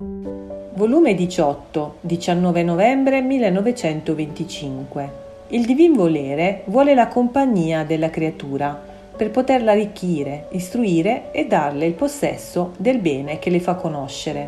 Volume 18, 19 novembre 1925. Il Divin Volere vuole la compagnia della creatura per poterla arricchire, istruire e darle il possesso del bene che le fa conoscere.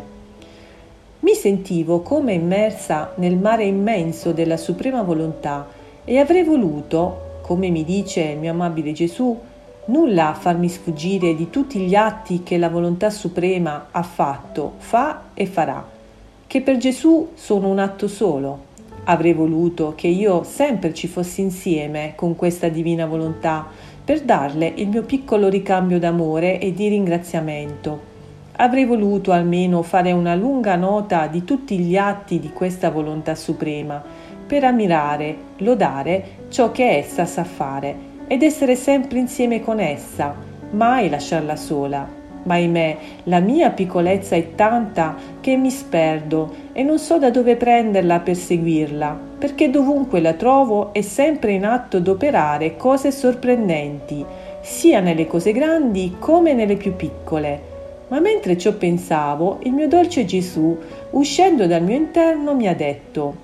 Mi sentivo come immersa nel mare immenso della suprema volontà e avrei voluto, come mi dice il mio amabile Gesù, nulla farmi sfuggire di tutti gli atti che la volontà suprema ha fatto, fa e farà, che per Gesù sono un atto solo. Avrei voluto che io sempre ci fossi insieme con questa divina volontà per darle il mio piccolo ricambio d'amore e di ringraziamento. Avrei voluto almeno fare una lunga nota di tutti gli atti di questa volontà suprema per ammirare, lodare ciò che essa sa fare ed essere sempre insieme con essa, mai lasciarla sola. Ma ahimè, la mia piccolezza è tanta che mi sperdo e non so da dove prenderla per seguirla, perché dovunque la trovo è sempre in atto d'operare cose sorprendenti, sia nelle cose grandi come nelle più piccole. Ma mentre ciò pensavo, il mio dolce Gesù, uscendo dal mio interno, mi ha detto: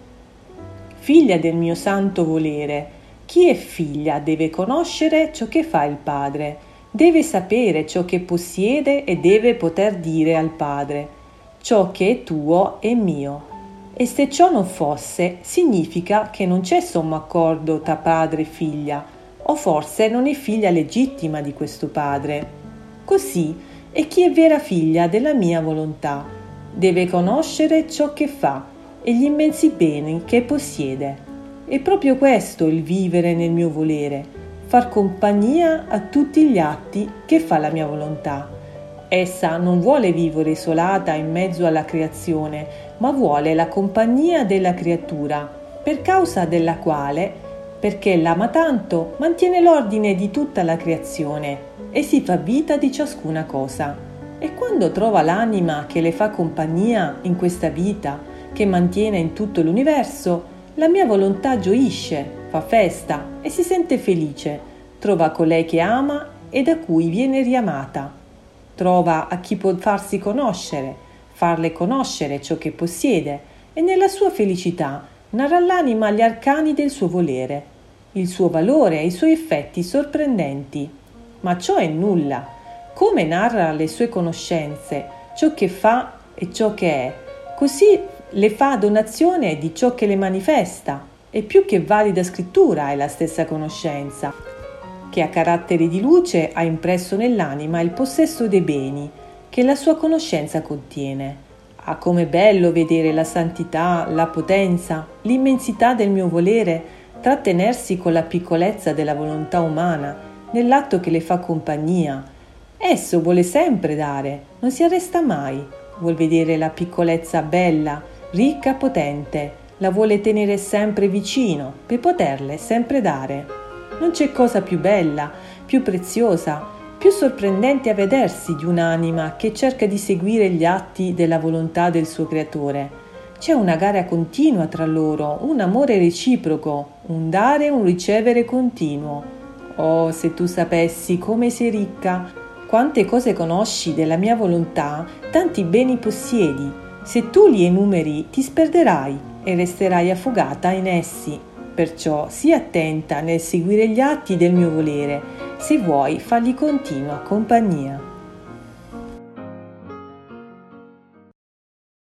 «Figlia del mio santo volere, chi è figlia deve conoscere ciò che fa il Padre. Deve sapere ciò che possiede e deve poter dire al Padre: ciò che è tuo è mio. E se ciò non fosse, significa che non c'è sommo accordo tra padre e figlia, o forse non è figlia legittima di questo padre. Così è chi è vera figlia della mia volontà. Deve conoscere ciò che fa e gli immensi beni che possiede. È proprio questo il vivere nel mio volere, far compagnia a tutti gli atti che fa la mia volontà. Essa non vuole vivere isolata in mezzo alla creazione, ma vuole la compagnia della creatura, per causa della quale, perché l'ama tanto, mantiene l'ordine di tutta la creazione e si fa vita di ciascuna cosa. E quando trova l'anima che le fa compagnia in questa vita, che mantiene in tutto l'universo, la mia volontà gioisce, fa festa e si sente felice, trova colei che ama e da cui viene riamata, trova a chi può farsi conoscere, farle conoscere ciò che possiede e nella sua felicità narra all'anima gli arcani del suo volere, il suo valore e i suoi effetti sorprendenti. Ma ciò è nulla. Come narra le sue conoscenze, ciò che fa e ciò che è, così le fa donazione di ciò che le manifesta, e più che valida scrittura è la stessa conoscenza, che a caratteri di luce ha impresso nell'anima il possesso dei beni che la sua conoscenza contiene. Ah, com'è bello vedere la santità, la potenza, l'immensità del mio volere trattenersi con la piccolezza della volontà umana nell'atto che le fa compagnia. Esso vuole sempre dare, non si arresta mai, vuol vedere la piccolezza bella, ricca, potente, la vuole tenere sempre vicino per poterle sempre dare. Non c'è cosa più bella, più preziosa, più sorprendente a vedersi di un'anima che cerca di seguire gli atti della volontà del suo creatore. C'è una gara continua tra loro, un amore reciproco, un dare e un ricevere continuo. Oh, se tu sapessi come sei ricca, quante cose conosci della mia volontà, tanti beni possiedi. Se tu li enumeri, ti sperderai e resterai affogata in essi. Perciò sii attenta nel seguire gli atti del mio volere, se vuoi fargli continua compagnia.